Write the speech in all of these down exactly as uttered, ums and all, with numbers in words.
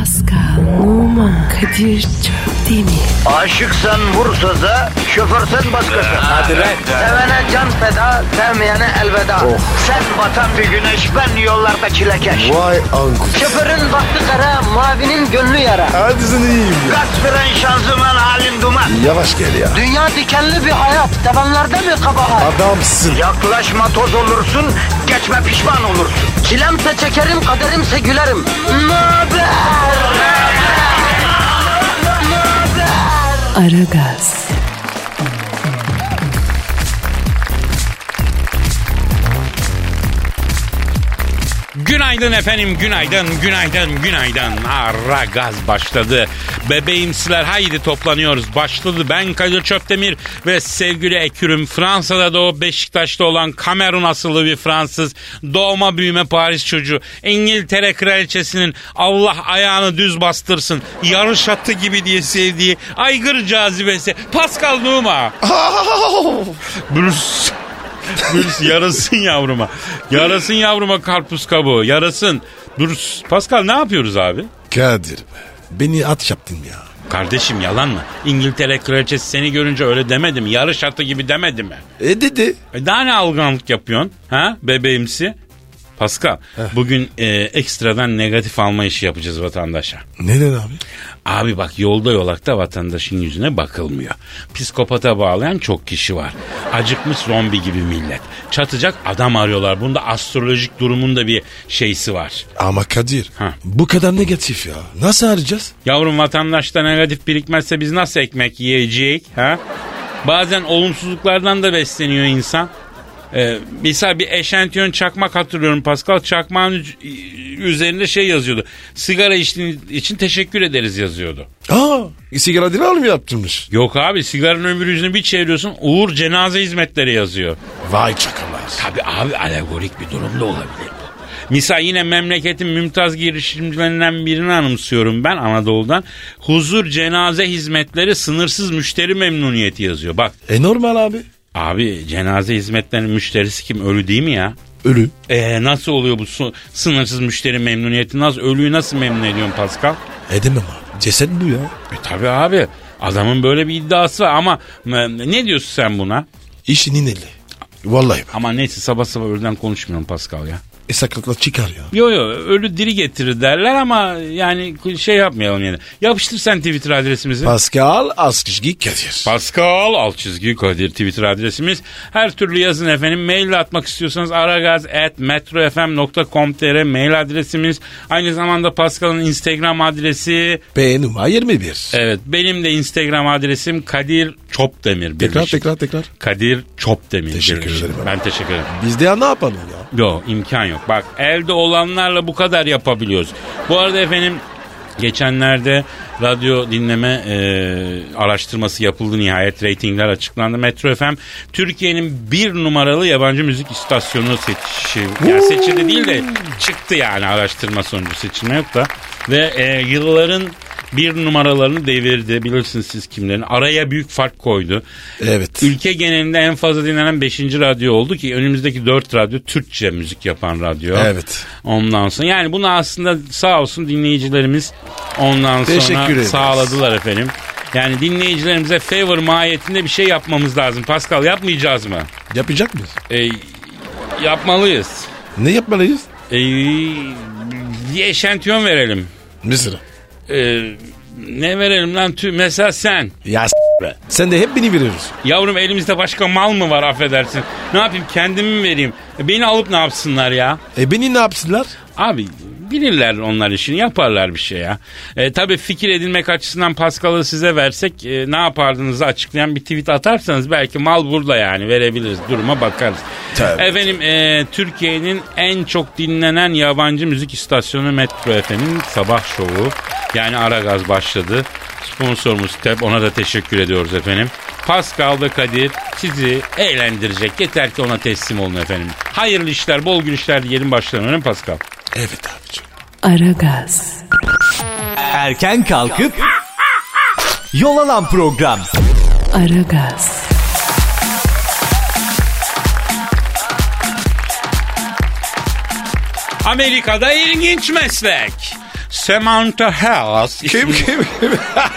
Pascal, Oman, Kadir çok değil mi? Aşıksan vursa da, şoförsen başkasın. Hadi lan. Sevene can feda, sevmeyene elveda. Oh. Sen batan bir güneş, ben yollarda çilekeş. Vay anku. Şoförün baktı kara, mavinin gönlü yara. Hadi sen iyiyim ya. Kasperen şanzıman halin duman. Yavaş gel ya. Dünya dikenli bir hayat, sevenlerde mi kabahar? Adamsın. Yaklaşma toz olursun, geçme pişman olursun. Çilemse çekerim, kaderimse gülerim. Möber! Aragaz. Günaydın efendim, günaydın, günaydın, günaydın. Aragaz başladı. Bebeğimsiler haydi toplanıyoruz. Başladı. Ben Kadir Çöptemir ve sevgili ekürüm. Fransa'da doğup Beşiktaş'ta olan Kamerun asıllı bir Fransız. Doğma büyüme Paris çocuğu. İngiltere kraliçesinin Allah ayağını düz bastırsın, yarış atı gibi diye sevdiği aygır cazibesi Pascal Numa. Bruce... Bruce yarasın yavruma. Yarasın yavruma karpuz kabuğu. Yarasın. Bruce. Pascal ne yapıyoruz abi? Kadir be. Beni at yaptın ya. Kardeşim yalan mı? İngiltere kraliçesi seni görünce öyle demedi mi? Yarış atı gibi demedi mi? E dedi. E daha ne algınlık yapıyorsun? Ha bebeğimsi? Pascal, Heh. bugün e, ekstradan negatif alma işi yapacağız vatandaşa. Neden abi? Abi bak yolda yolakta vatandaşın yüzüne bakılmıyor. Psikopata bağlayan çok kişi var. Acıkmış zombi gibi millet. Çatacak adam arıyorlar. Bunda astrolojik durumun da bir şeysi var. Ama Kadir ha. bu kadar negatif ya. Nasıl arayacağız? Yavrum vatandaşta negatif birikmezse biz nasıl ekmek yiyeceğiz? Ha? Bazen olumsuzluklardan da besleniyor insan. Ee, misal bir eşantiyon çakmak hatırlıyorum Pascal. Çakmağın üzerinde şey yazıyordu. Sigara içtiğin için teşekkür ederiz yazıyordu. Aa, sigara değil mi yaptırmış? Yok abi, sigaranın öbür yüzünü bir çeviriyorsun, Uğur cenaze hizmetleri yazıyor. Vay çakallar. Tabi abi, alegorik bir durum da olabilir bu. Misal yine memleketin mümtaz girişimcilerinden birini anımsıyorum ben Anadolu'dan. Huzur cenaze hizmetleri sınırsız müşteri memnuniyeti yazıyor bak. E normal abi. Abi cenaze hizmetlerinin müşterisi kim? Ölü değil mi ya? Ölü. Eee nasıl oluyor bu su, sınırsız müşteri memnuniyeti? Nasıl, ölüyü nasıl memnun ediyorsun Pascal? Edemem abi. Ceset bu ya. E tabi abi. Adamın böyle bir iddiası var ama ne diyorsun sen buna? İşinin eli. Vallahi bak. Ama neyse sabah sabah ölüden konuşmuyorum Pascal ya. E sakatla çıkar ya. Yo yo, ölü diri getirir derler ama yani şey yapmayalım yani. Yapıştır sen Twitter adresimizi. Pascal Askışgi Kadir. Pascal alt çizgi Kadir Twitter adresimiz. Her türlü yazın efendim. Mail atmak istiyorsanız aragaz at metrofm nokta com nokta tr mail adresimiz. Aynı zamanda Pascal'ın Instagram adresi. P numara yirmi bir. Evet, benim de Instagram adresim Kadir Çopdemir. Tekrar tekrar tekrar. Kadir Çopdemir. Teşekkür birleşik. ederim. Ben teşekkür ederim. Biz de ya ne yapalım ya? Yok, imkan yok. Bak elde olanlarla bu kadar yapabiliyoruz. Bu arada efendim geçenlerde radyo dinleme e, araştırması yapıldı, nihayet reytingler açıklandı. Metro F M Türkiye'nin bir numaralı yabancı müzik istasyonu seçişi, yani seçildi değil de çıktı yani, araştırma sonucu, seçilme yok da. Ve e, yılların bir numaralarını devirdi. Bilirsiniz siz kimlerin. Araya büyük fark koydu. Evet. Ülke genelinde en fazla dinlenen beşinci radyo oldu ki önümüzdeki dört radyo Türkçe müzik yapan radyo. Evet. Ondan sonra yani bunu aslında sağ olsun dinleyicilerimiz ondan sonra sağladılar efendim. Yani dinleyicilerimize favor mahiyetinde bir şey yapmamız lazım. Pascal, yapmayacağız mı? Yapacak mıyız? E, yapmalıyız. Ne yapmalıyız? E, bir eşantiyon verelim. Mesela? Ee, ne verelim lan? Tü mesela sen. Ya s- be. Sen de hep beni veriyorsun. Yavrum elimizde başka mal mı var, affedersin? Ne yapayım, kendimi mi vereyim? Beni alıp ne yapsınlar ya? E beni ne yapsınlar? Abi bilirler onlar işini, yaparlar bir şey ya. E, tabii fikir edinmek açısından Pascal'ı size versek e, ne yapardığınızı açıklayan bir tweet atarsanız belki mal burada yani, verebiliriz, duruma bakarız. Tabii, Efendim e, Türkiye'nin en çok dinlenen yabancı müzik istasyonu Metro F M'in sabah şovu yani Aragaz başladı. Sponsorumuz T E B, ona da teşekkür ediyoruz efendim. Pascal ve Kadir sizi eğlendirecek, yeter ki ona teslim olun efendim. Hayırlı işler, bol gülüşler diyelim, başlayalım öyle mi Pascal? Evet abicim. Aragaz. Erken kalkıp yol alan program. Aragaz. Amerika'da ilginç meslek. Samantha Hess. Kim isimli- kim kim?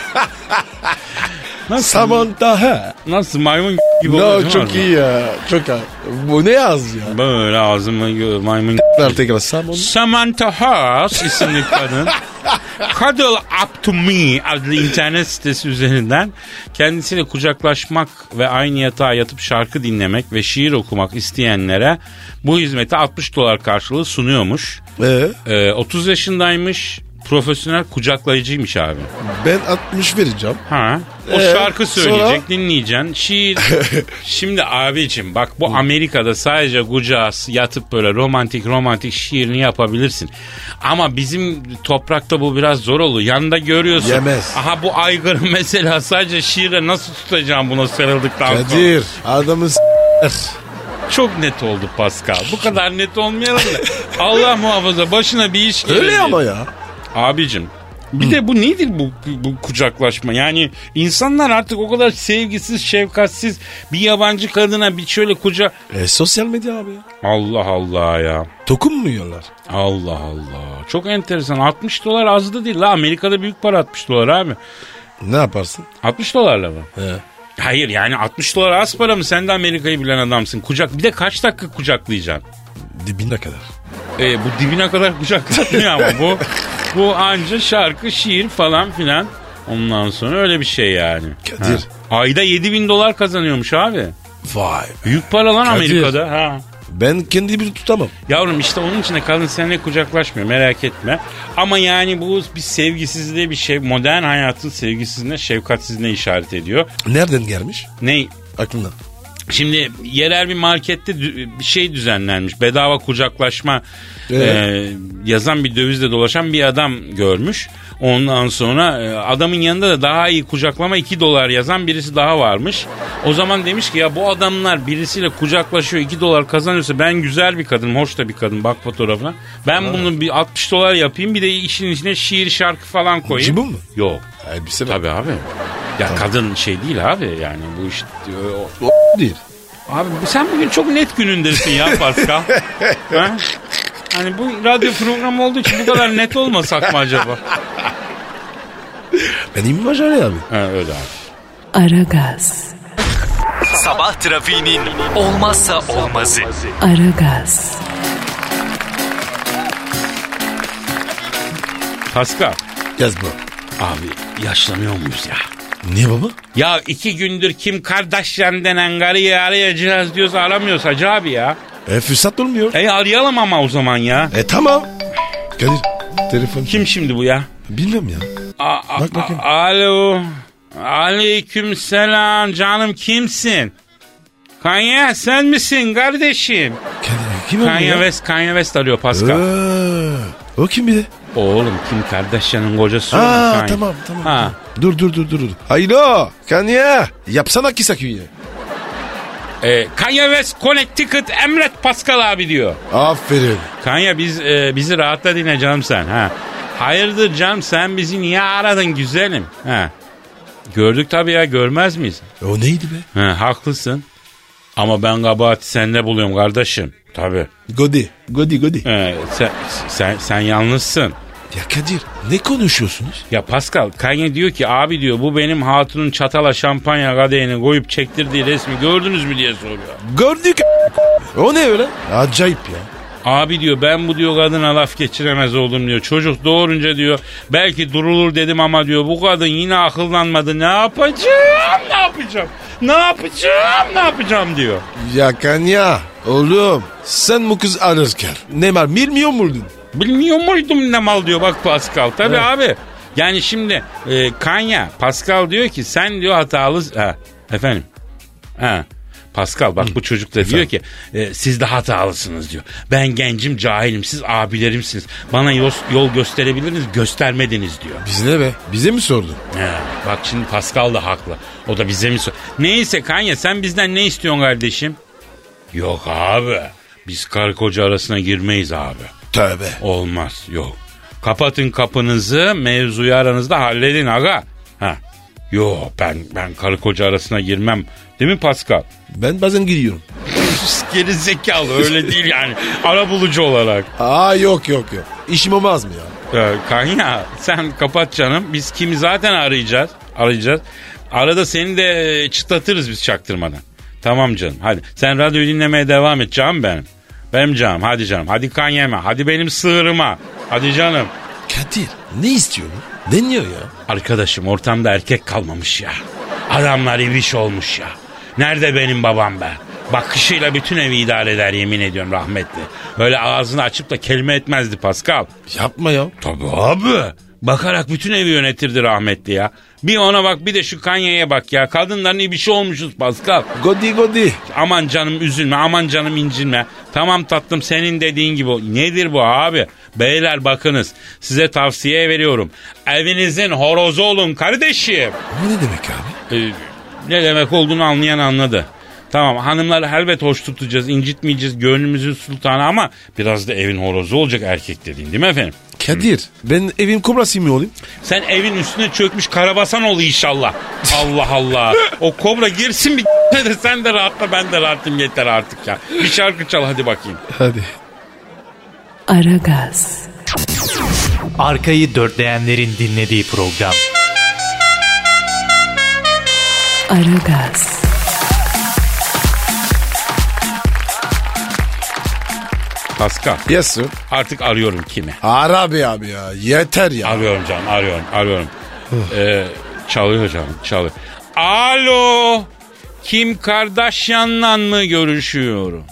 Nasıl? Samantha ha. Nasıl maymun gibi No, oluyor, çok değil mi? iyi ya. Çok iyi. Bu ne yaz ya? Böyle ağzımı gö- maymun. Ver tekrar Samantha. Samantha Hess isimli kadın Cuddle Up To Me adlı internet sitesi üzerinden kendisiyle kucaklaşmak ve aynı yatağa yatıp şarkı dinlemek ve şiir okumak isteyenlere bu hizmeti altmış dolar karşılığı sunuyormuş. Ee, Ee, otuz yaşındaymış, profesyonel kucaklayıcıymış abi. ben altmış vereceğim. Ha. O Ee, şarkı söyleyecek, sonra? dinleyeceksin. Şiir. Şimdi abicim bak bu Amerika'da sadece kucağa yatıp böyle romantik romantik şiirini yapabilirsin. Ama bizim toprakta bu biraz zor olur. Yanında görüyorsun. Yemez. Aha bu aygırı mesela sadece şiire nasıl tutacağım buna sarıldıktan sonra. Kadir adamı s***. Çok net oldu Pascal. Bu kadar net olmayalım da. Allah muhafaza başına bir iş gelir. Öyle ama ya. Abicim bir de bu nedir bu, bu kucaklaşma? Yani insanlar artık o kadar sevgisiz, şefkatsiz bir yabancı kadına bir şöyle kucak... E, sosyal medya abi ya. Allah Allah ya. Dokunmuyorlar. Allah Allah. Çok enteresan. altmış dolar az da değil la. Amerika'da büyük para altmış dolar abi. Ne yaparsın? altmış dolarla mı? He. Hayır yani altmış dolar az para mı? Sen de Amerika'yı bilen adamsın. Kucak bir de kaç dakika kucaklayacaksın? Dibine kadar. E, bu dibine kadar kucaklatmıyor ama bu bu anca şarkı, şiir falan filan. Ondan sonra öyle bir şey yani. Kadir. Ha. Ayda yedi bin dolar kazanıyormuş abi. Vay. Büyük para lan Kadir. Amerika'da. Ha. Ben kendi bir tutamam. Yavrum işte onun için de kadın seninle kucaklaşmıyor, merak etme. Ama yani bu bir sevgisizliğe bir şey. Modern hayatın sevgisizliğine, şefkatsizliğine işaret ediyor. Nereden gelmiş? Ne? Aklından. Şimdi yerel bir markette dü- bir şey düzenlenmiş. Bedava kucaklaşma Evet. e, yazan bir dövizle dolaşan bir adam görmüş. Ondan sonra e, adamın yanında da daha iyi kucaklama iki dolar yazan birisi daha varmış. O zaman demiş ki ya bu adamlar birisiyle kucaklaşıyor iki dolar kazanıyorsa ben güzel bir kadınım, hoş da bir kadın, bak fotoğrafına. Ben ha. bunu bir altmış dolar yapayım, bir de işin içine şiir şarkı falan koyayım. Cibun mu? Yok. Elbise mi? Tabii abi. Ya tamam. Kadın şey değil abi yani bu iş o, O değil. abi sen bugün çok net günündesin ya Pascal. Ha? Hani bu radyo programı olduğu için bu kadar net olmasak mı acaba? Ben imaj abi. Ha, öyle abi. Aragaz. Sabah trafiğinin olmazsa olmazı. Aragaz. Pascal. Yaz bu. Abi yaşlanıyor muyuz ya? Niye baba? Ya iki gündür Kim Kardashian denen karıyı arayacağız diyoruz aramıyoruz hacı abi ya. E fırsat olmuyor. E arayalım ama o zaman ya. E tamam. Kadir telefon. Kim şimdi bu ya? Bilmem ya. A- a- Bak bakayım. a- Alo. Aleyküm selam canım kimsin? Kanye sen misin kardeşim? Kadir kim o Kanye ya? West, Kanye West arıyor Pascal. Ee, o kim bir de? Oğlum Kim Kardashian'ın kocası Aa oğlum Kanye. tamam tamam. Ha. Dur dur dur dur. Haylo Kanye. Yapsana kısa küye. Ee, Kanye West Connecticut emret Pascal abi diyor. Aferin. Kanye biz e, bizi rahatla dinle canım sen. Ha. Hayırdır canım sen bizi niye aradın güzelim? Ha. Gördük tabii ya görmez miyiz? O neydi be? Ha, haklısın. Ama ben kabahati sende buluyorum kardeşim. Tabii. Godi. Godi Godi. Ee, sen, sen, sen yalnızsın. Ya Kadir ne konuşuyorsunuz? Ya Pascal Kanye diyor ki abi diyor bu benim hatunun çatala şampanya kadehini koyup çektirdiği resmi gördünüz mü diye soruyor. Gördük. O ne öyle? Acayip ya. Abi diyor ben bu diyor kadına laf geçiremez oldum diyor. Çocuk doğurunca diyor belki durulur dedim ama diyor bu kadın yine akıllanmadı. Ne yapacağım ne yapacağım ne yapacağım ne yapacağım diyor. Ya Kanya oğlum sen bu kız ararken ne var bilmiyor muydun? Bilmiyor muydum ne mal diyor bak Pascal. Tabii evet. Abi yani şimdi e, Kanye Pascal diyor ki sen diyor hatalı. Ha, efendim. Ha. Pascal bak Hı. bu çocuk da diyor ki e, siz de hatalısınız diyor. Ben gencim cahilim siz abilerimsiniz. Bana yol, yol gösterebilirsiniz göstermediniz diyor. Biz ne be? Bize mi sordun? He, bak şimdi Pascal da haklı. O da bize mi sordu? Neyse Kanye sen bizden ne istiyorsun kardeşim? Yok abi biz karı koca arasına girmeyiz abi. Tövbe. Olmaz yok. Kapatın kapınızı mevzuyu aranızda halledin aga. Ha. Yok ben ben karı koca arasına girmem. Değil mi Pascal? Ben bazen gidiyorum. Geri zekalı öyle değil yani. Arabulucu olarak. Aa yok yok yok. İşim olmaz mı ya? Ee, Kanya sen kapat canım. Biz kimi zaten arayacağız. Arayacağız. Arada seni de çıtlatırız biz çaktırmadan. Tamam canım hadi. Sen radyoyu dinlemeye devam et canım benim. Benim canım hadi canım. Hadi Kanya'ma. Hadi benim sığırıma. Hadi canım. Kadir ne istiyor bu? Deniyor ya. Arkadaşım ortamda erkek kalmamış ya. Adamlar ibiş olmuş ya. Nerede benim babam be? Bakışıyla bütün evi idare eder yemin ediyorum rahmetli. Öyle ağzını açıp da kelime etmezdi Pascal. Yapma ya. Tabii abi. Bakarak bütün evi yönetirdi rahmetli ya. Bir ona bak bir de şu Kanya'ya bak ya. Kadınların ibişi olmuşuz Pascal. Godi godi. Aman canım üzülme, aman canım incinme. Tamam tatlım senin dediğin gibi. Nedir bu abi? Beyler bakınız size tavsiye veriyorum. Evinizin horozu olun kardeşim. Bu ne demek abi? Ee, ne demek olduğunu anlayan anladı. Tamam hanımları elbet hoş tutacağız, incitmeyeceğiz, gönlümüzün sultanı ama biraz da evin horozu olacak erkek dediğin değil mi efendim? Kadir Hı. ben evin kobrası mı olayım? Sen evin üstüne çökmüş karabasan ol inşallah. Allah Allah. O kobra girsin bir de sen de rahatla ben de rahatım yeter artık ya. Bir şarkı çal hadi bakayım. Hadi. Aragaz. Arkayı dörtleyenlerin dinlediği program. Aragaz. Pascal. Yes sir. Artık arıyorum kimi? Ara be abi ya. Yeter ya. Arıyorum canım arıyorum arıyorum. ee, çalıyor canım çalıyor. Alo. Kim Kardashian'la mı görüşüyorum?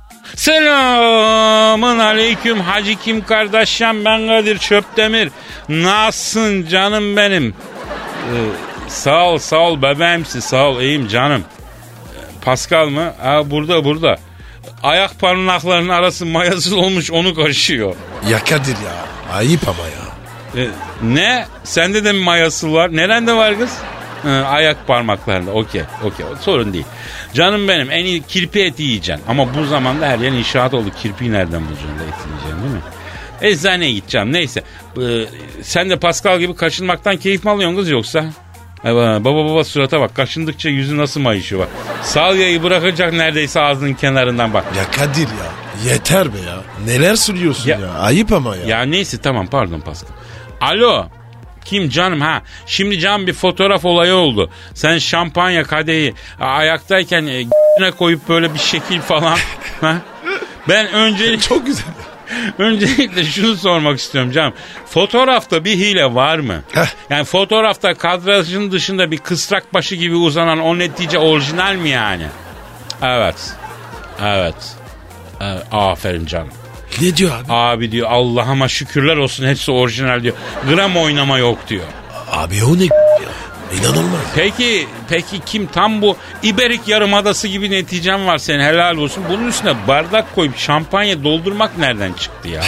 Selamın aleyküm Hacı Kim Kardashian, ben Kadir Çöptemir. Nasılsın canım benim? Ee, sağ ol sağ ol bebeğimsi sağ ol iyiyim canım. Ee, Pascal mı? Ha, burada burada. Ayak parmaklarının arası mayasız olmuş onu kaşıyor. Ya Kadir ya. Ayıp ama ya. Ee, ne? Sende de mi mayası var? Nerede var kız? Ee, ayak parmaklarında. Okey. Okey. Sorun değil. Canım benim en iyi kirpi eti yiyeceksin. Ama bu zamanda her yer inşaat oldu. Kirpiyi nereden bulacaksın da eti yiyeceksin değil mi? Eczaneye gideceğim. Neyse. Ee, sen de Pascal gibi kaşınmaktan keyif mi alıyorsun kız yoksa? Baba baba, baba surata bak. Kaşındıkça yüzü nasıl mayışıyor bak. Salyayı bırakacak neredeyse ağzının kenarından bak. Ya Kadir ya. Yeter be ya. Neler söylüyorsun ya. ya. Ayıp ama ya. Ya neyse tamam pardon Pascal. Alo. Kim canım ha? Şimdi canım bir fotoğraf olayı oldu. Sen şampanya kadehi ayaktayken e, g***ne koyup böyle bir şekil falan. Ha? Ben öncelikle... Çok güzel. Öncelikle şunu sormak istiyorum canım. Fotoğrafta bir hile var mı? Heh. Yani fotoğrafta kadrajın dışında bir kısrak başı gibi uzanan o netice orijinal mi yani? Evet. Evet. evet. Aferin canım. Ne diyor abi? Abi diyor Allah'ıma şükürler olsun hepsi orijinal diyor. Gram oynama yok diyor. Abi o ne ya? İnanılmaz. Peki peki kim tam bu İberik Yarımadası gibi neticem var senin helal olsun. Bunun üstüne bardak koyup şampanya doldurmak nereden çıktı ya?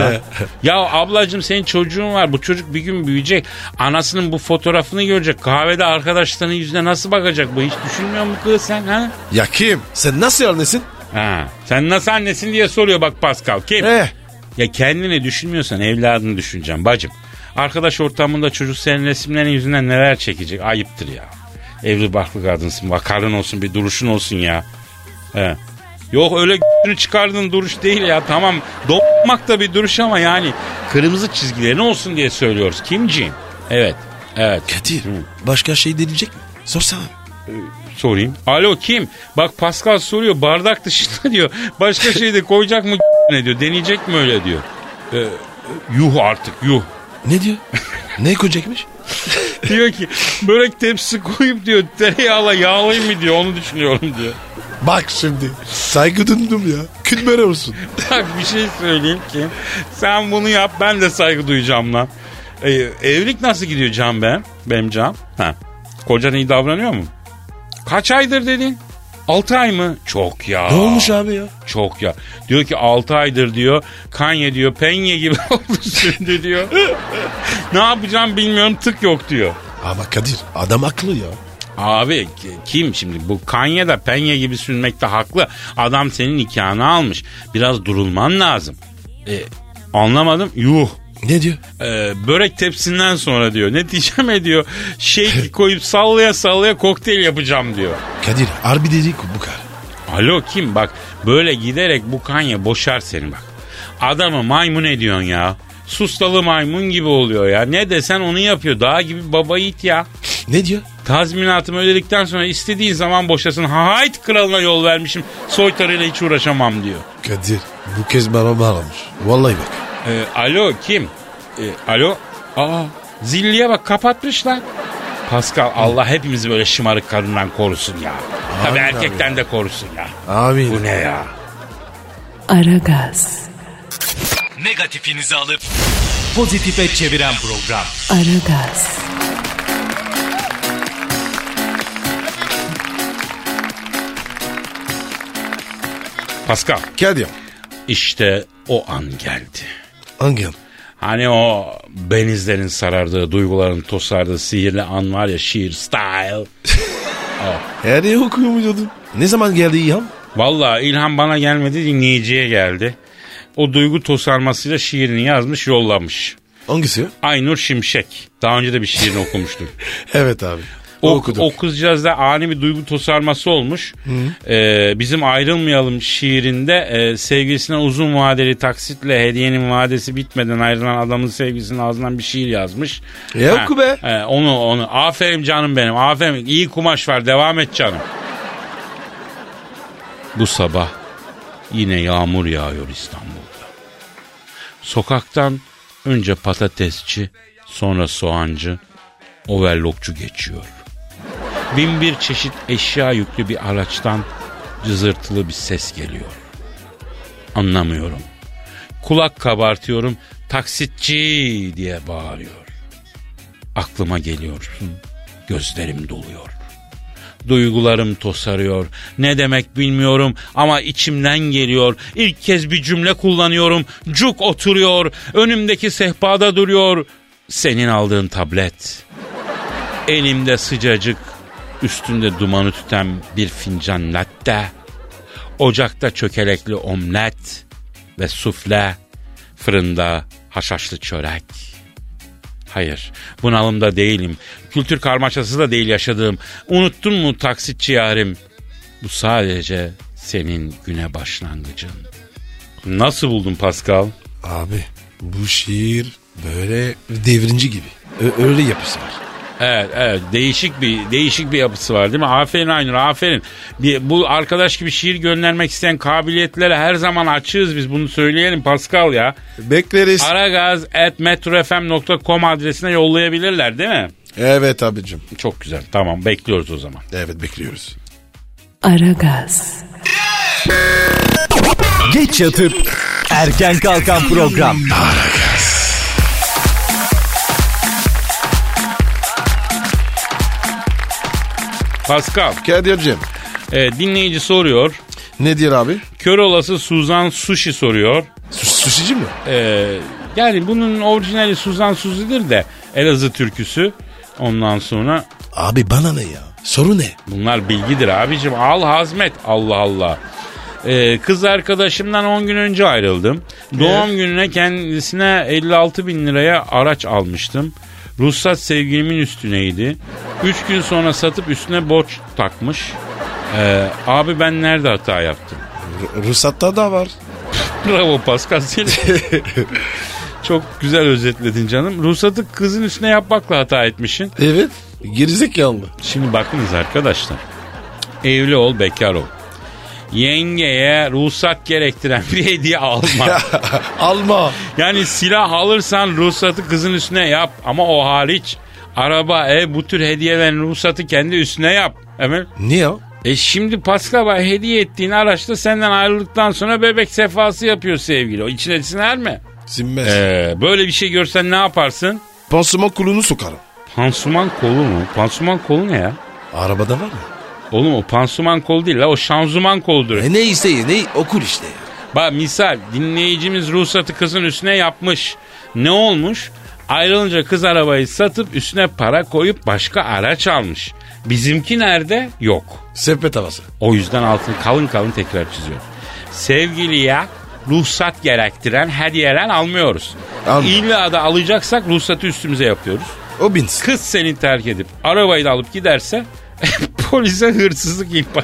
Ya ablacığım senin çocuğun var. Bu çocuk bir gün büyüyecek. Anasının bu fotoğrafını görecek. Kahvede arkadaşlarının yüzüne nasıl bakacak bu? Hiç düşünmüyor musun kız sen ha? Ya kim? Sen nasıl annesin? Ha, sen nasıl annesin diye soruyor bak Pascal. Kim? Eh. Ya kendini düşünmüyorsan evladını düşüneceksin bacım. Arkadaş ortamında çocuk senin resimlerin yüzünden neler çekecek? Ayıptır ya. Evli barklı kadınsın. Vakarın olsun bir duruşun olsun ya. He. Yok öyle g***ünü çıkardığın duruş değil ya. Tamam doğmak da bir duruş ama yani kırmızı çizgilerin olsun diye söylüyoruz. Kimciğim? Evet. Evet. Kadir Hı. başka şey deneyecek mi? Sorsana. Ee, sorayım. Alo kim? Bak Pascal soruyor bardak dışında diyor. Başka şey de koyacak mı ne diyor. Deneyecek mi öyle diyor. Ee, yuh artık yuh. Ne diyor? Ne koyacakmış? Diyor ki börek tepsisi koyup diyor tereyağla yağlayayım mı diyor onu düşünüyorum diyor. Bak şimdi saygı duydum ya. Külmere olsun. Bak bir şey söyleyeyim ki sen bunu yap ben de saygı duyacağım lan. Ee, evlilik nasıl gidiyor Can ben? Benim Can. Ha. Kocan iyi davranıyor mu? Kaç aydır dedin? altı ay mı? Çok ya. Ne olmuş abi ya? Çok ya. Diyor ki altı aydır diyor. Kanye diyor penye gibi oldu sündü diyor. Ne yapacağım bilmiyorum tık yok diyor. Ama Kadir adam haklı ya. Abi kim şimdi bu Kanye da penye gibi sünmekte haklı. Adam senin nikahını almış. Biraz durulman lazım. E, anlamadım. Yuh. Ne diyor? Ee, börek tepsinden sonra diyor. Ne diyeceğim ediyor. Shake koyup sallaya sallaya kokteyl yapacağım diyor. Kadir harbi dedik bu kadar. Alo kim bak böyle giderek bu Kanye boşar seni bak. Adamı maymun ediyorsun ya. sustalı maymun gibi oluyor ya. Ne desen onu yapıyor. Dağ gibi baba yiğit ya. Ne diyor? Tazminatımı ödedikten sonra istediğin zaman boşasın. Hayt kralına yol vermişim. Soytarıyla hiç uğraşamam diyor. Kadir bu kez bana bağlamış. Vallahi bak. Ee, alo kim? Ee, alo? Aa, zilliye bak kapatmışlar. Pascal Allah hepimizi böyle şımarık kadından korusun ya. Tabii Amin erkekten abi. de korusun ya. Amin. Bu ne ya? Aragaz, Negatifinizi alıp pozitife çeviren program. Aragaz, Pascal Kadir. işte o an geldi. Hangi an? Hani o benizlerin sarardığı, duyguların tosardığı sihirli an var ya, şiir style. Her yeri okuyor muydun? Ne zaman geldi İlham? Vallahi ilham bana gelmedi, dinleyiciye geldi. O duygu tosarmasıyla şiirini yazmış, yollamış. Hangisi? Aynur Şimşek. Daha önce de bir şiirini okumuştum. Evet abi. O, Okuduk. o kızcağızda ani bir duygu tosarması olmuş. Ee, bizim ayrılmayalım şiirinde e, sevgilisine uzun vadeli taksitle hediyenin vadesi bitmeden ayrılan adamın sevgilisinin ağzından bir şiir yazmış. E, oku be. e, onu onu. Aferin canım benim. Aferin. İyi kumaş var. Devam et canım. Bu sabah yine yağmur yağıyor İstanbul'da. Sokaktan önce patatesçi, sonra soğancı, overlockçu geçiyor. Bin bir çeşit eşya yüklü bir araçtan cızırtılı bir ses geliyor. Anlamıyorum. Kulak kabartıyorum, taksitçi diye bağırıyor. Aklıma geliyorsun, gözlerim doluyor. Duygularım tosarıyor. Ne demek bilmiyorum ama içimden geliyor. İlk kez bir cümle kullanıyorum. Cuk oturuyor, önümdeki sehpada duruyor. Senin aldığın tablet. Elimde sıcacık, üstünde dumanı tüten bir fincan latte, ocakta çökelekli omlet ve sufle, fırında haşhaşlı çörek. Hayır, bunalımda değilim. Kültür karmaşası da değil yaşadığım. Unuttun mu taksitçi yarim? Bu sadece senin güne başlangıcın. Nasıl buldun Pascal? Abi bu şiir böyle devrimci gibi. Ö- öyle yapısı var. Evet, evet. Değişik bir değişik bir yapısı var değil mi? Aferin Aynur, aferin. Bir, bu arkadaş gibi şiir göndermek isteyen kabiliyetlere her zaman açığız biz. Bunu söyleyelim Pascal ya. Bekleriz. aragaz at metrofm nokta com adresine yollayabilirler değil mi? Evet abicim. Çok güzel. Tamam, bekliyoruz o zaman. Evet bekliyoruz. Aragaz, Geç yatıp erken kalkan program. Pascal, Kadir'cim. e, dinleyici soruyor. Ne diyor abi? Kör olası Suzan Sushi soruyor. Su- Sushici mi? E, yani bunun orijinali Suzan Sushi'dir de Elazığ türküsü. Ondan sonra Abi bana ne ya? Soru ne? bunlar bilgidir abicim. Al hazmet. Allah Allah. Ee, kız arkadaşımdan on gün önce ayrıldım. Doğum gününe kendisine elli altı bin liraya araç almıştım. Ruhsat sevgilimin üstüneydi. üç gün sonra satıp üstüne borç takmış. Ee, abi ben nerede hata yaptım? R- ruhsatta da var. Bravo Pascal, seni çok güzel özetledin canım. Ruhsatı kızın üstüne yapmakla hata etmişsin. Evet. Gerizekalı. Şimdi bakınız arkadaşlar. Evli ol, bekar ol. Yengeye ruhsat gerektiren bir hediye alma. Alma. Yani silah alırsan ruhsatı kızın üstüne yap. Ama o hariç araba, ev, bu tür hediyelerin ruhsatı kendi üstüne yap. Evet. Niye o? E şimdi Pascal Bey, hediye ettiğin araçta senden ayrıldıktan sonra bebek sefası yapıyor sevgili. O içine siner mi? Sinmez. Ee, böyle bir şey görsen ne yaparsın? Pansuman kulunu sokarım. Pansuman kolu mu? Pansuman kolu ne ya? Arabada var mı? Oğlum o pansuman kolu değil la, o şanzuman koludur. E ne isteği ne okur işte ya. Bak misal, dinleyicimiz ruhsatı kızın üstüne yapmış. Ne olmuş? Ayrılınca kız arabayı satıp üstüne para koyup başka araç almış. Bizimki nerede? Yok. Sepet havası. O yüzden altını kalın kalın tekrar çiziyor. Sevgiliye ruhsat gerektiren hediyeler almıyoruz. Almıyor. İlla da alacaksak ruhsatı üstümüze yapıyoruz. O binsin. Kız seni terk edip arabayı da alıp giderse polise hırsızlık ihbar.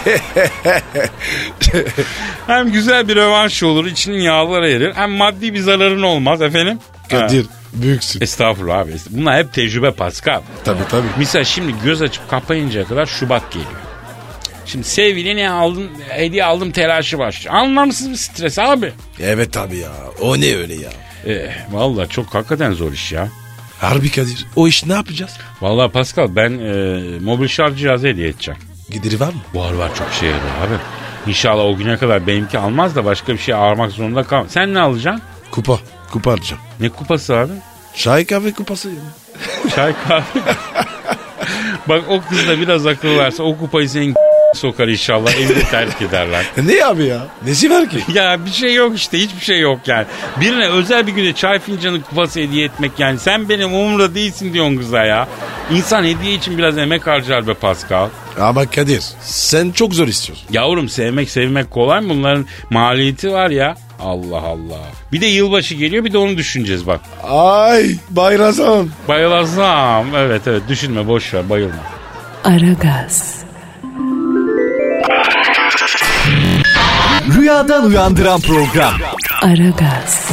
Hem güzel bir rövanş olur, içinin yağları erir. Hem maddi bir zararın olmaz efendim. Kadir Ha. büyüksün. Estağfurullah abi. Bunlar hep tecrübe Pascal. Tabii tabii. Misal şimdi göz açıp kapayıncaya kadar Şubat geliyor. Şimdi sevgili ne aldın, hediye aldım telaşı başlıyor. Anlamsız bir stres abi. Evet abi ya. O ne öyle ya? E, vallahi çok hakikaten zor iş ya. Harbi Kadir. O iş ne yapacağız? Vallahi Pascal ben e, mobil şarj cihazı hediye edeceğim. Gideri var mı? Var var çok şey var abi. İnşallah o güne kadar benimki almaz da başka bir şey aramak zorunda kal. Sen ne alacaksın? Kupa. Kupa alacağım. Ne kupası abi? Çay kahve kupası. Ya. Çay kahve. Bak o kız da biraz akıl verse o kupayı senin sokar inşallah, evde terk ederler. Ne abi ya? Nesi var ki? Ya bir şey yok işte, hiçbir şey yok yani. Birine özel bir güne çay fincanı kupası hediye etmek yani. Sen benim umurumda değilsin diyorsun kıza ya. İnsan hediye için biraz emek harcar be Pascal. Ama Kadir sen çok zor istiyorsun. Yavrum sevmek sevmek kolay mı? Bunların maliyeti var ya. Allah Allah. Bir de yılbaşı geliyor, bir de onu düşüneceğiz bak. Ay Bayrazan. Bayılazam. Evet evet, düşünme, boş ver, bayılma. Aragaz. Rüyadan uyandıran program. Aragaz.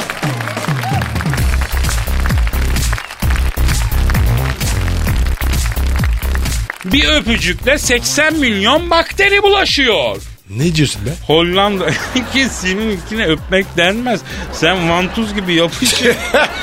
Bir öpücükle seksen milyon bakteri bulaşıyor. Ne diyorsun be? Hollanda ki seninkine öpmek denmez. Sen vantuz gibi yapışır.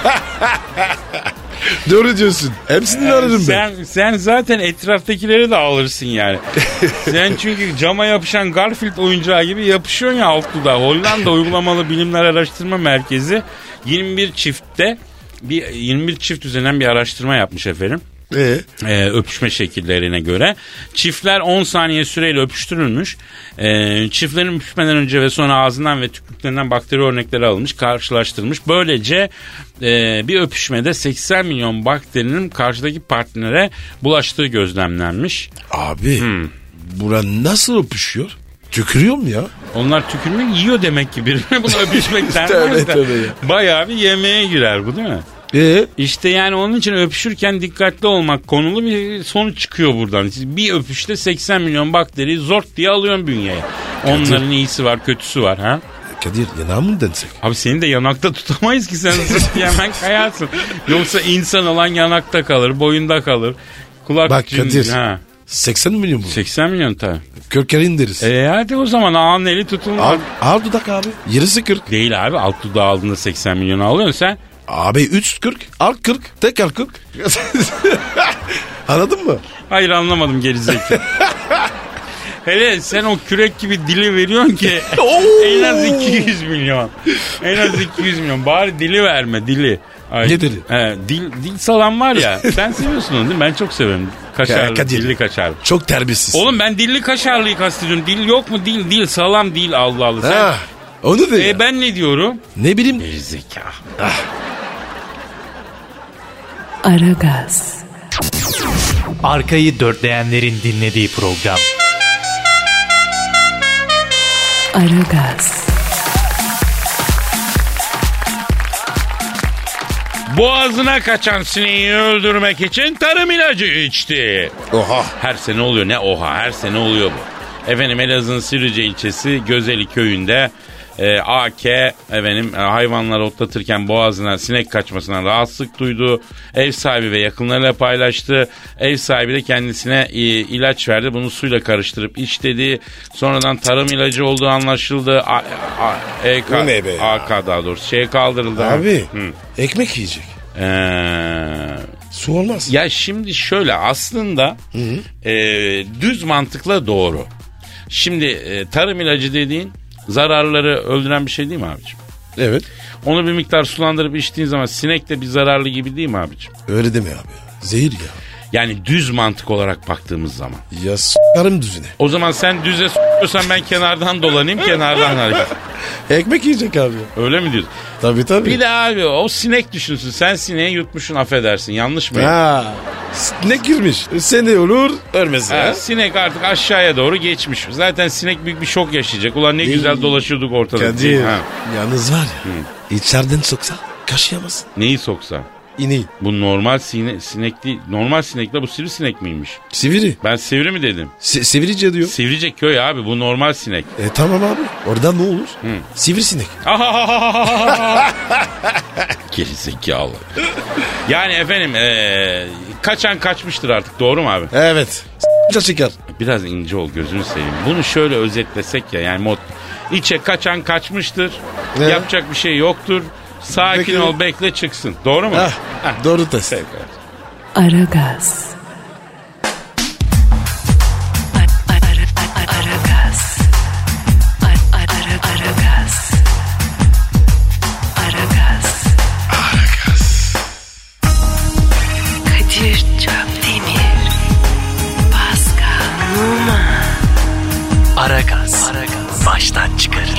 Doğru diyorsun. Hepsini ararım ben. sen, sen zaten etraftakileri de alırsın yani. Sen çünkü cama yapışan Garfield oyuncağı gibi yapışıyorsun ya alt dudağı. Hollanda Uygulamalı Bilimler Araştırma Merkezi yirmi bir çiftte bir yirmi bir çift üzerinden bir araştırma yapmış efendim. Ee? Ee, öpüşme şekillerine göre. Çiftler on saniye süreyle öpüştürülmüş. Ee, çiftlerin öpüşmeden önce ve sonra ağzından ve tükürüklerinden bakteri örnekleri alınmış, karşılaştırılmış. Böylece e, bir öpüşmede seksen milyon bakterinin karşıdaki partnere bulaştığı gözlemlenmiş. Abi Hmm. bura nasıl öpüşüyor? Tükürüyor mu ya? Onlar tükürmek yiyor demek ki birbirine. Buna öpüşmek denmez Tövbe, de. tövbe ya. Bayağı bir yemeğe girer bu, değil mi? Ee? İşte yani onun için öpüşürken dikkatli olmak konulu bir sonuç çıkıyor buradan. Bir öpüşte seksen milyon bakteriyi zort diye alıyorsun bünyeye. Onların iyisi var, kötüsü var ha. Kadir yanağı mı densek? Abi seni de yanakta tutamayız ki, sen zırt diye hemen kayarsın. Yoksa insan olan yanakta kalır, boyunda kalır. Kulak Bak cin- Kadir ha. seksen milyon bu. seksen milyon tabii. Kırk deriz. E hadi o zaman ağanın eli tutulmaz. Al, al dudak abi. Yarısı kırk. Değil abi, alt dudağı aldığında seksen milyonu alıyorsun sen. Abi üç kırk. Al kırk. Tekrar kırk. Anladın mı? Hayır anlamadım gerizekalı. Hele sen o kürek gibi dili veriyorsun ki en az iki yüz milyon. En az iki yüz milyon. Bari dili verme, dili. Ay, Ne dili? He, dil, dil salam var ya. Sen seviyorsun onu değil mi? Ben çok severim. Kaşarlı, Ya Kadir. dilli kaşarlı. Çok terbiyesiz. Oğlum ben dilli kaşarlıyı kastediyorum. Dil yok mu? Dil, dil, salam, dil. Allah Allah. Sen, Ha, onu de e, ya. ben ne diyorum? Ne bileyim. Gerizekalı. Aragaz. Arkayı dörtleyenlerin dinlediği program. Aragaz. Boğazına kaçan sineği öldürmek için tarım ilacı içti. Oha. Her sene oluyor, ne oha, her sene oluyor bu. Efendim Elazığ'ın Sirrice ilçesi Gözeli köyünde e, A K efendim, e, hayvanları otlatırken boğazına sinek kaçmasından rahatsızlık duydu. Ev sahibi ve yakınlarıyla paylaştı. Ev sahibi de kendisine e, ilaç verdi. Bunu suyla karıştırıp iç dedi. Sonradan tarım ilacı olduğu anlaşıldı. A, A, E K, Bu ne be ya? A K daha doğrusu şey kaldırıldı. Abi Hı. ekmek yiyecek. Eee... Su olmaz. Ya şimdi şöyle aslında e, düz mantıkla doğru. Şimdi e, tarım ilacı dediğin zararları öldüren bir şey değil mi abicim? Evet. Onu bir miktar sulandırıp içtiğin zaman sinek de bir zararlı gibi değil mi abicim? Öyle deme abi. Zehir ya. Yani düz mantık olarak baktığımız zaman. Ya s**karım düzüne. O zaman sen düze s**yorsan ben kenardan dolanayım, kenardan hareket. Ekmek yiyecek abi. Öyle mi diyorsun? Tabii tabii. Bir de abi o sinek düşünsün. Sen sineği yutmuşsun, affedersin, yanlış mı? Ha. Ne girmiş? Sene olur ölmez Ha, ya. sinek artık aşağıya doğru geçmiş. Zaten sinek büyük bir şok yaşayacak. Ulan ne Değil. güzel dolaşıyorduk ortada. Kadir. Ha. Yalnız var ya. İçeriden soksa kaşıyamazsın. Neyi soksa? ineği. Bu normal sine, sinek değil. Normal sinekle bu sivrisinek miymiş? Sivri. Ben sivri mi dedim? Se- Sivrice diyor. Sivrice köy abi, bu normal sinek. E tamam abi. Oradan ne olur? Sivrisinek. Gerizekalı. Yani efendim ee, kaçan kaçmıştır artık, doğru mu abi? Evet. S***ca çıkar. Biraz ince ol, gözünü seveyim. Bunu şöyle özetlesek ya, yani mod içe kaçan kaçmıştır. Ne? Yapacak bir şey yoktur. Sakin Bekle. ol, bekle çıksın. Doğru mu? Hah, doğru test. Pekala. Aragaz. Ara- ara- ara- Aragaz. Ara- ara- Aragaz. Aragaz. Kadir Çöpdemir. Pascal Numa. Aragaz. Baştan çıkarır.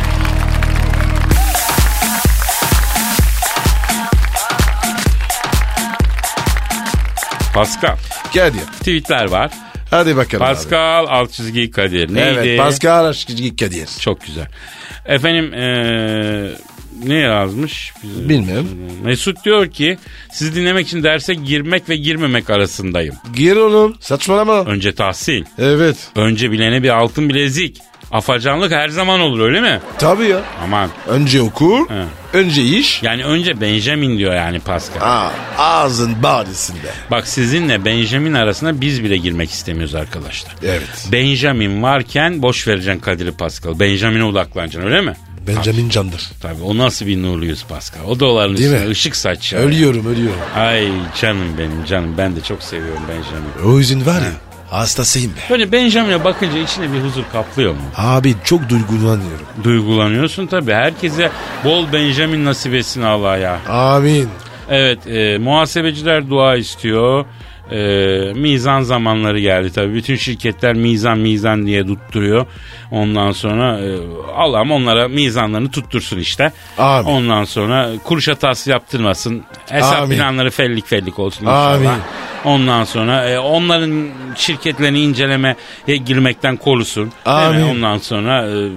Pascal. Kadir. Tweetler var. Hadi bakalım abi. Pascal alt çizgi Kadir. Neydi? Evet Pascal Aşkıcı Kadir. Çok güzel. Efendim ee, ne yazmış? Bilmiyorum. Mesut diyor ki sizi dinlemek için derse girmek ve girmemek arasındayım. Gir oğlum. Saçmalama. Önce tahsil. Evet. Önce bilene bir altın bilezik. Afacanlık her zaman olur, öyle mi? Tabii ya. Aman. Önce okur. He. Önce iş. Yani önce Benjamin diyor yani Pascal. Aa, ağzın badisinde. Bak sizinle Benjamin arasına biz bile girmek istemiyoruz arkadaşlar. Evet. Benjamin varken boş vereceksin Kadir'i Pascal. Benjamin'e odaklanacaksın, öyle mi? Benjamin candır. Tabii, o nasıl bir nurluyuz Pascal. O doların Değil üstüne mi? ışık saç ya. Ölüyorum ölüyorum. Ay canım benim canım. Ben de çok seviyorum Benjamin'i. O yüzden var ya. Hastasıyım be. Böyle Benjamin'e bakınca içine bir huzur kaplıyor mu? Abi çok duygulanıyorum. Duygulanıyorsun tabii. Herkese bol Benjamin nasip etsin Allah ya. Amin. Evet, e, muhasebeciler dua istiyor. E, mizan zamanları geldi tabii. Bütün şirketler mizan mizan diye tutturuyor. Ondan sonra e, Allah'ım onlara mizanlarını tuttursun işte. Amin. Ondan sonra kuruş hatası yaptırmasın. Hesap Amin. planları fellik fellik olsun inşallah. Amin. Ondan sonra e, onların şirketlerini incelemeye girmekten korusun. Değil mi? Amin. Ondan sonra e,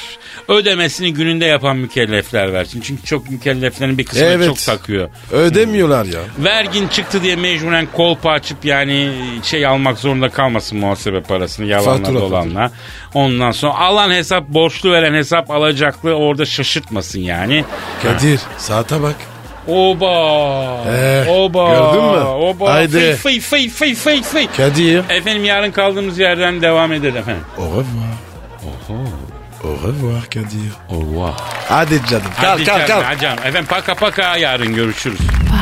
ödemesini gününde yapan mükellefler versin. Çünkü çok mükelleflerin bir kısmı Evet. çok takıyor. Ödemiyorlar ya. Vergin çıktı diye mecburen kolpa açıp yani şey almak zorunda kalmasın muhasebe parasını yalanla Fatura, dolanla. Ondan sonra alan hesap, borçlu veren hesap, alacaklı orada şaşırtmasın yani. Kadir saate bak. Oba. Eh, Oba. gördün mü? Oba. Haydi. Fıy fıy fıy fıy fıy fıy. Kadir. Efendim yarın kaldığımız yerden devam edelim efendim. Au revoir. Oho. Au revoir Kadir. Oha. Hadi canım. Kalk Hadi kalk canım, kalk. hadi canım. Efendim paka paka yarın görüşürüz.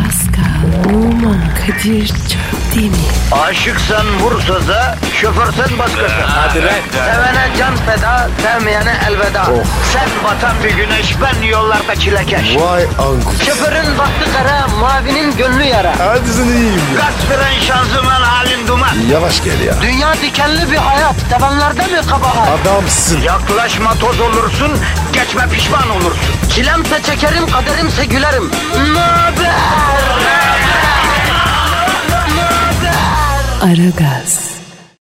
Pascal Numa. Kadir Çöpdemir. Aşıksan vursa da, şoförsen başkasın. Hadi lan. Sevene can feda, sevmeyene elveda. Sen batan bir güneş, ben yollarda çilekeş. Vay anku. Şoförün baktı kara, mavinin gönlü yara. Hadi sen iyiyim ya. Kasperen şanzıman halin duman. Yavaş gel ya. Dünya dikenli bir hayat, sevenlerde mi kabahar? Adamsın. Yaklaşma toz olursun, geçme pişman olursun. Çilemse çekerim, kaderimse gülerim. Möber! Aragaz.